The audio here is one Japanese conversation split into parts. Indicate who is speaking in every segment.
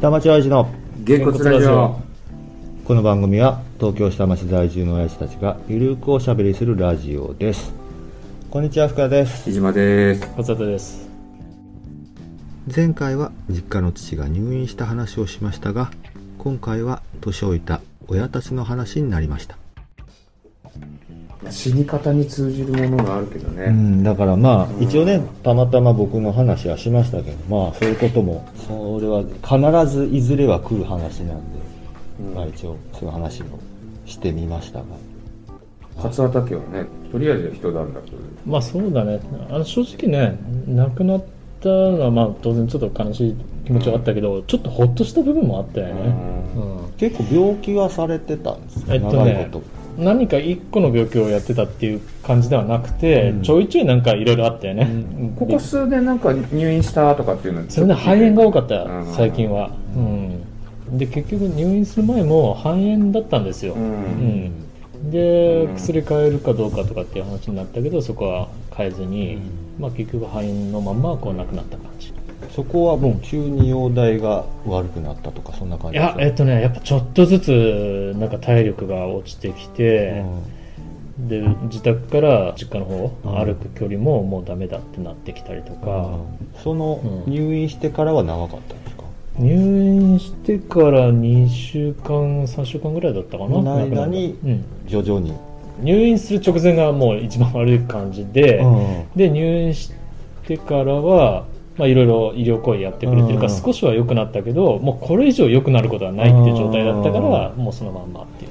Speaker 1: 下町親父の
Speaker 2: げんこつラジオ。
Speaker 1: この番組は東京下町在住の親父たちがゆるくおしゃべりするラジオです。こんにちは、福田です。
Speaker 2: 木島です。
Speaker 3: 小里です。
Speaker 1: 前回は実家の父が入院した話をしましたが、今回は年老いた親たちの話になりました。
Speaker 2: 死に方に通じるものがあるけどね、
Speaker 1: だから一応ね、たまたま僕の話はしましたけど、そういうこともそれは必ずいずれは来る話なんで、一応そういう話をしてみましたが、
Speaker 2: 勝畑家はね、とりあえず一段落。
Speaker 3: そうだね。正直ね、亡くなったのは当然ちょっと悲しい気持ちはあったけど、ちょっとホッとした部分もあったよね。
Speaker 1: 結構病気はされてたんですか？長いこと。
Speaker 3: 何か一個の病気をやってたっていう感じではなくて、ちょいちょいなんかいろいろあったよね、
Speaker 2: ここ数年なんか入院したとかっていうのは
Speaker 3: それで肺炎が多かったよ、最近は、で結局入院する前も肺炎だったんですよ、で薬変えるかどうかとかっていう話になったけど、そこは変えずに、結局肺炎のまんま亡くなった感じ。
Speaker 1: そこはもう急に容体が悪くなったとかそんな感じですか？
Speaker 3: やっぱちょっとずつなんか体力が落ちてきて、で自宅から実家の方、歩く距離ももうダメだってなってきたりとか、
Speaker 1: その入院してからは長かったんですか？
Speaker 3: 入院してから2週間3週間ぐらいだったかな。
Speaker 1: その間に徐々に、
Speaker 3: 入院する直前がもう一番悪い感じで、で入院してからはいろいろ医療行為やってくれてるから少しは良くなったけど、もうこれ以上良くなることはないっていう状態だったから、もうそのまんまっていう。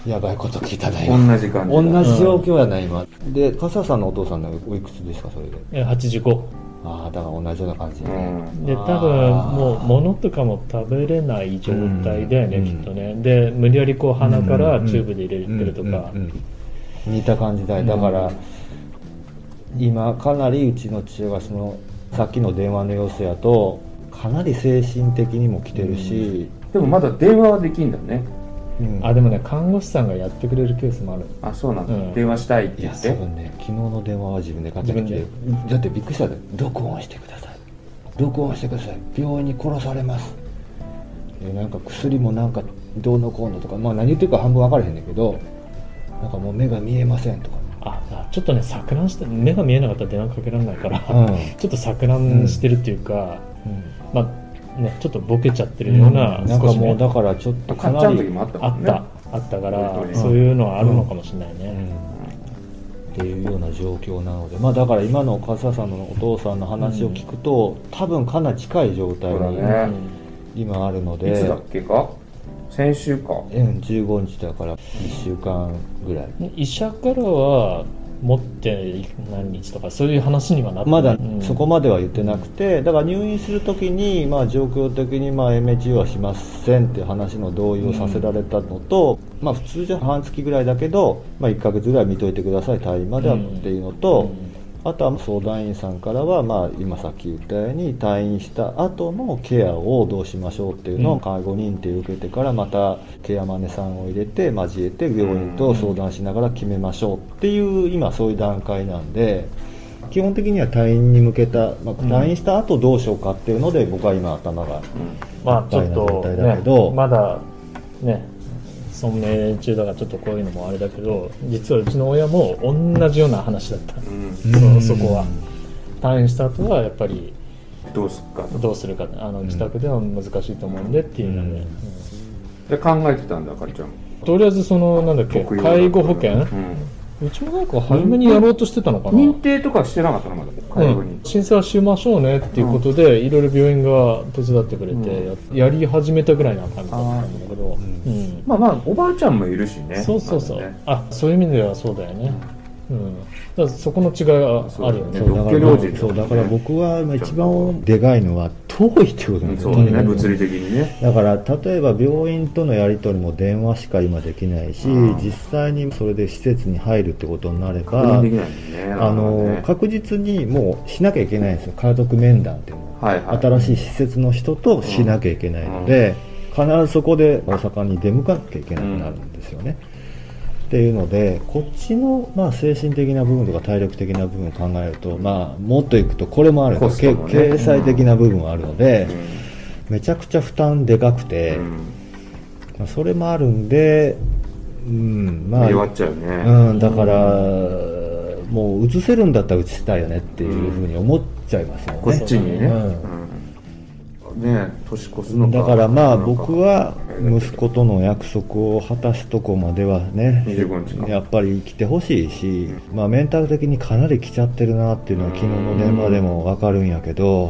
Speaker 1: やばいこと聞いたな。
Speaker 2: 同じ感じ。
Speaker 1: 同じ状況やな今。で笠さんのお父さんのおいくつですか？それで
Speaker 3: 85。
Speaker 1: だから同じような感じで、
Speaker 3: で多分もう物とかも食べれない状態だよね、きっとね。で無理やりこう鼻からチューブで入れてるとか、
Speaker 1: 似た感じだよ。だから、今かなりうちの父親がさっきの電話の様子やとかなり精神的にも来てるし、
Speaker 2: でもまだ電話はできんだね。
Speaker 3: でもね、看護師さんがやってくれるケースもある。
Speaker 2: そうなんだ、電話したいって言って。
Speaker 1: 多分ね、昨日の電話は自分でかけてきて、だってびっくりしたで、録音してください、録音してください、病院に殺されます、なんか薬もなんかどうのこうのとか、何言ってるか半分分からへんねんけど、なんかもう目が見えませんとか、
Speaker 3: ちょっとね錯乱して、目が見えなかったら電話かけられないから、ちょっと錯乱してるっていうか、ちょっとボケちゃってるような、
Speaker 1: なんかもうだからちょっとかなり
Speaker 2: あ
Speaker 3: ったから、そういうのはあるのかもしれないね、
Speaker 1: っていうような状況なので、だから今の笠さんのお父さんの話を聞くと、多分かなり近い状態に今あるので、
Speaker 2: いつだっけか、先週か、
Speaker 1: 15日だから1週間ぐらい。
Speaker 3: 医者からは持って何日とかそういう話にはなってない。
Speaker 1: まだそこまでは言ってなくて、だから入院するときに状況的に延命治療はしませんっていう話の同意をさせられたのと、普通じゃ半月ぐらいだけど、1ヶ月ぐらい見といてください、退院まではっていうのと、あとは相談員さんからは、今さっき言ったように退院した後のケアをどうしましょうっていうのを介護認定を受けてから、またケアマネさんを入れて交えて病院と相談しながら決めましょうっていう今そういう段階なんで、基本的には退院に向けた、退院した後どうしようかっていうので僕は今頭がいっぱいな状態だけど、
Speaker 3: まだね存命中だからちょっとこういうのもあれだけど、実はうちの親も同じような話だった、そこは退院した後はやっぱり
Speaker 2: どうするか
Speaker 3: 自宅では難しいと思うんでっていうので、
Speaker 2: で考えてたんだ、あかりちゃん。
Speaker 3: とりあえず介護保険、うちもなんか初めにやろうとしてたのかな。
Speaker 2: 認定とかしてなかったの？まだ介護に、
Speaker 3: 申請はしましょうねっていうことで、いろいろ病院が手伝ってくれて、やり始めたぐらいな感じだったんだけど、
Speaker 2: おばあちゃんもいるしね。
Speaker 3: そう、そういう意味ではそうだよね。だからそこの違いがあるよね。
Speaker 1: だから僕は一番でかいのは遠いってことなんですよね、
Speaker 2: 物理的にね。だ
Speaker 1: から例えば病院とのやり取りも電話しか今できないし、実際にそれで施設に入るってことになれば、確実にもうしなきゃいけないんですよ、家族面談っていうのは、新しい施設の人としなきゃいけないので、必ずそこで大阪に出向かなきゃいけなくなるんですよね。っていうので、こっちの、精神的な部分とか体力的な部分を考えると、もっといくとこれもある、経済的な部分はあるので、 めちゃくちゃ負担でかくて、まあ、それもあるんで、まあ
Speaker 2: 弱っちゃうね、
Speaker 1: だから、もう移せるんだったら移したいよねっていうふうに思っちゃいますよね、
Speaker 2: こっちにね、ね、年越すのか。
Speaker 1: だからまあ僕は息子との約束を果たすとこまではね、
Speaker 2: 25日
Speaker 1: やっぱり来てほしいし、まあ、メンタル的にかなり来ちゃってるなっていうのは昨日の電話でも分かるんやけど、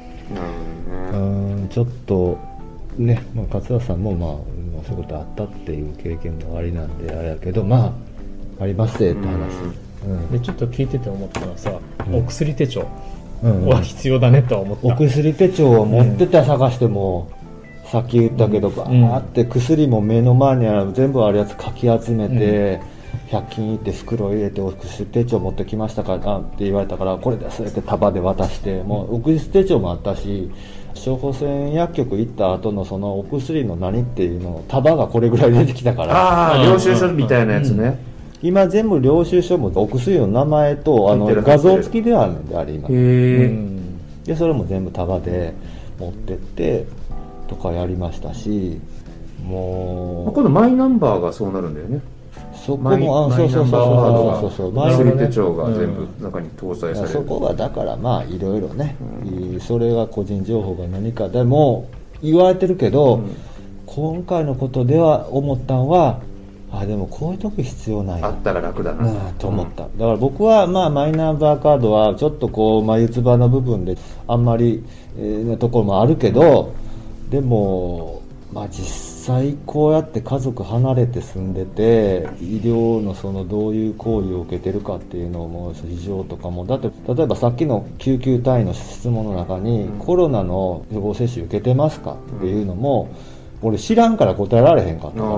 Speaker 1: ちょっとね、まあ、勝田さんもまあそういうことあったっていう経験もありなんであれやけど、まあありますって話、
Speaker 3: でちょっと聞いてて思ったのはさ、お薬手帳は必要だねとは思った。
Speaker 1: お薬手帳を持ってたら探しても、さっき言ったけど、バーって薬も目の前にある全部あるやつかき集めて、100均行って袋入れてお薬手帳持ってきましたからって言われたから、これですって束で渡して、もうお薬手帳もあったし、処方箋薬局行った後のそのお薬の何っていうの束がこれぐらい出てきたから、
Speaker 2: ああ領収書みたいなやつね、
Speaker 1: 今全部領収書もお薬の名前と画像付きであるんで、あれ今でそれも全部束で持ってってとかやりましたし、もう
Speaker 2: 今度マイナンバーがそうなるんだよね。
Speaker 1: そこもそうそう
Speaker 2: 薬手帳が全部中に搭載される、
Speaker 1: そこがだからまあいろいろね、それが個人情報が何かでも言われてるけど、今回のことでは思ったのは、でもこういう時必要ない
Speaker 2: あったら楽だな、
Speaker 1: と思った。だから僕はまあマイナンバーカードはちょっとこう眉唾の部分であんまりなところもあるけど、でもまあ実際こうやって家族離れて住んでて、医療のそのどういう行為を受けてるかっていうのも事情とかも、だって例えばさっきの救急隊員の質問の中に、コロナの予防接種受けてますかっていうのも、俺知らんから答えられへんかったから、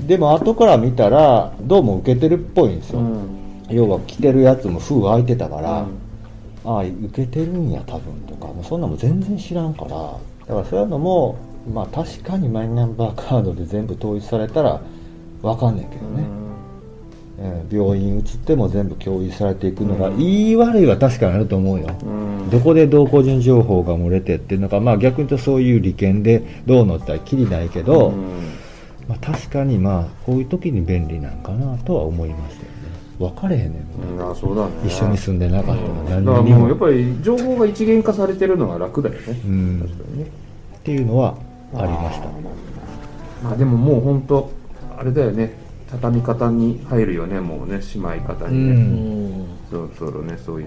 Speaker 1: でも後から見たらどうも受けてるっぽいんですよ、要は着てるやつも封開いてたから、ああ受けてるんや多分とか、もうそんなも全然知らんから、だからそういうのもまあ確かにマイナンバーカードで全部統一されたら分かんねんけどね、病院移っても全部共有されていくのが、いい悪いは確かにあると思うよ、どこでどう個人情報が漏れてっていうのが、まあ逆に言うとそういう利権でどうのってきりないけど、まあ、確かにまあこういう時に便利なんかなとは思いましたよね。分かれへんねん、
Speaker 2: そうだね、
Speaker 1: 一緒に住んでなかったら何
Speaker 2: だから
Speaker 1: にも
Speaker 2: もうやっぱり情報が一元化されてるのが楽だよね、確かにね
Speaker 1: っていうのはありました。
Speaker 2: まあでももう本当あれだよね、畳み方に入るよね、もうね、しまい方にね、そろそろね、そういう、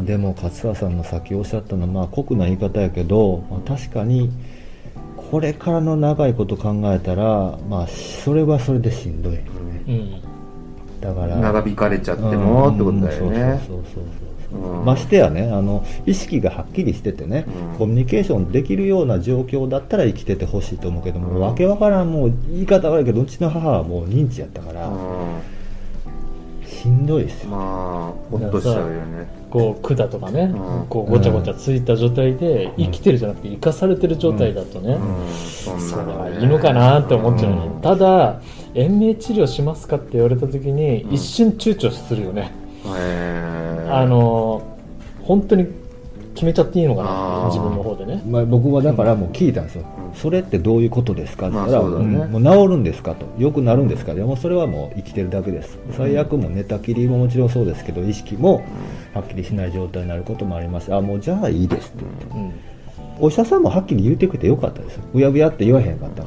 Speaker 1: でも勝田さんのさっきおっしゃったのは、まあ酷な言い方やけど、まあ、確かにこれからの長いこと考えたら、まあそれはそれでしんどいよね、だから
Speaker 2: 長引かれちゃってもってことだよね。
Speaker 1: ましてやね、意識がはっきりしててね、コミュニケーションできるような状況だったら生きててほしいと思うけども、わけわからん、もう言い方悪いけどうちの母はもう認知やったから、しんどいですよ。
Speaker 2: まあほっとしちゃうよね。
Speaker 3: こう管とかね、こうごちゃごちゃついた状態で生きてるじゃなくて生かされてる状態だとね、それはいいのかなって思っちゃうね。ただ延命治療しますかって言われた時に一瞬躊躇するよね。本当に決めちゃっていいのかなって自分の方でね、
Speaker 1: まあ、僕はだからもう聞いたんですよ、それってどういうことですかって言ったら、もう治るんですかと、良くなるんですか、でもそれはもう生きてるだけです、最悪も寝たきりももちろんそうですけど、意識もはっきりしない状態になることもあります、もうじゃあいいですって言って、お医者さんもはっきり言ってくれてよかったですよ、うやぶやって言わへんかったから、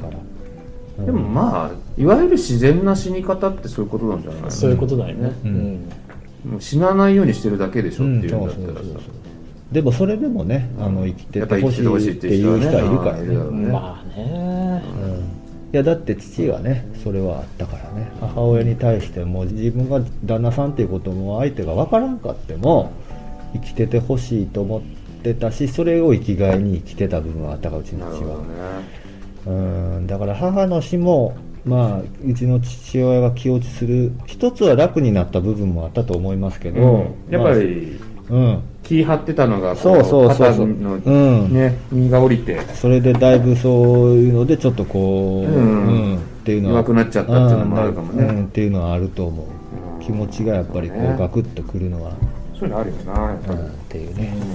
Speaker 2: でもまあいわゆる自然な死に方ってそういうことなんじゃないの。
Speaker 3: そういうことだよね、
Speaker 2: もう死なないようにしてるだけでしょっていうんだったらさ、
Speaker 1: でもそれでもね、生きててほしいっていう人はいるからね。
Speaker 3: まあね、
Speaker 1: いやだって父はねそれはあったからね、母親に対しても自分が旦那さんっていうことも相手が分からんかっても生きててほしいと思ってたし、それを生きがいに生きてた部分はあったから、うちの父は。だから母の死もまあうちの父親が気落ちする一つは楽になった部分もあったと思いますけど、
Speaker 2: やっぱり、気張ってたのが
Speaker 1: そう
Speaker 2: 肩のね身が降りて、
Speaker 1: それでだいぶそういうのでちょっとこう、っていうのは
Speaker 2: 弱くなっちゃったっていうのもあるかもね、
Speaker 1: っていうのはあると思う、気持ちがやっぱりこうガクッとくるのは、
Speaker 2: そういうのあるよなやっぱり、
Speaker 1: っていうね、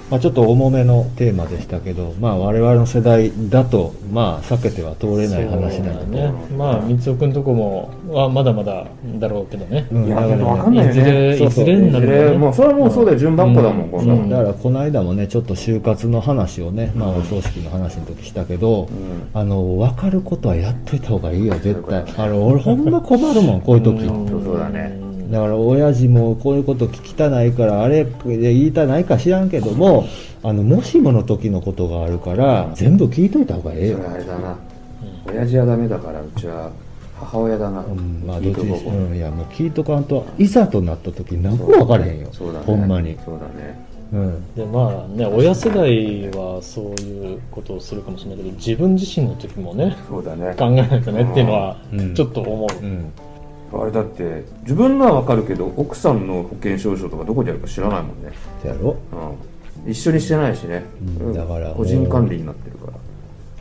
Speaker 1: ちょっと重めのテーマでしたけど、我々の世代だと、避けては通れない話なので、
Speaker 3: ね、三尾君とこもはまだまだだろうけどね、
Speaker 2: いやでも分かんないよね、
Speaker 3: いずれになるよね、
Speaker 2: もうそれはもうそうだよ、順番っ子だもん、こんなの。
Speaker 1: だからこの間もねちょっと就活の話をね、お葬式の話の時したけど、分かることはやっといた方がいいよ絶対。俺ほんま困るもんこういう時。
Speaker 2: そうだね。
Speaker 1: だから親父もこういうこと聞きたないからあれで言いたないか知らんけども、もしもの時のことがあるから全部聞いといた方がええよ。
Speaker 2: それあれだな、親父はダメだからうちは母親だな。
Speaker 1: どっちにしろいやもう聞いとかんといざとなった時何も分からへんよ。
Speaker 2: そうだね、
Speaker 1: ほんまに。
Speaker 2: そうだね。
Speaker 3: で親世代はそういうことをするかもしれないけど、自分自身の時もね、
Speaker 2: そうだね、
Speaker 3: 考えないとねっていうのはちょっと思う。
Speaker 2: あれだって自分のは分かるけど奥さんの保険証書とかどこにあるか知らないもんね。
Speaker 1: そうやろ、
Speaker 2: 一緒にしてないしね、
Speaker 1: だから
Speaker 2: 個人管理になってるから。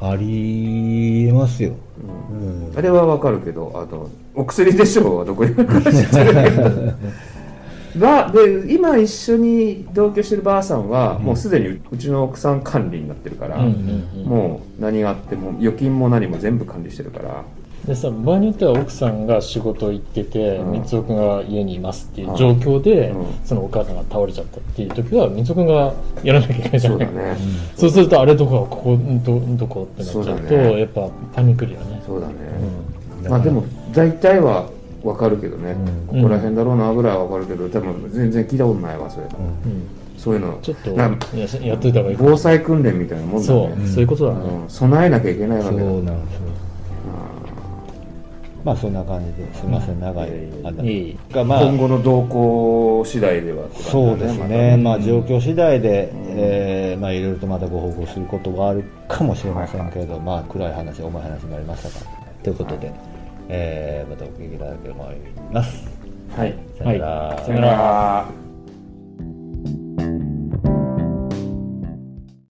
Speaker 1: ありますよ、
Speaker 2: あれは分かるけど、お薬でしょうはどこにあるか知ってるけどで今一緒に同居してるばあさんはもうすでにうちの奥さん管理になってるから、もう何があっても預金も何も全部管理してるから。
Speaker 3: でさ、場合によっては奥さんが仕事行ってて、三尾君が家にいますっていう状況で、そのお母さんが倒れちゃったっていう時は三尾君がやらなきゃいけないじゃない。そうするとあれどこここどこってなっちゃうとやっぱパニクるよね。
Speaker 2: そうだね、でも大体は分かるけどね、ここら辺だろうなぐらいは分かるけど、多分全然聞いたことないわそれ。そういうの
Speaker 3: ちょっとやっといた方がいい。
Speaker 2: 防災訓練みたいなもんだね。
Speaker 3: そういうことだね。
Speaker 2: 備えなきゃいけないわけだ。
Speaker 1: そうなんですよ。そんな感じですいません、長い話
Speaker 2: が、今後の動向次第ではって感じだね。
Speaker 1: そうですね、状況次第で、いろいろとまたご報告することがあるかもしれませんけれど、暗い話重い話になりましたかということで、またお聞きいただければと思います。
Speaker 2: はい、
Speaker 1: さよなら。
Speaker 2: さよなら。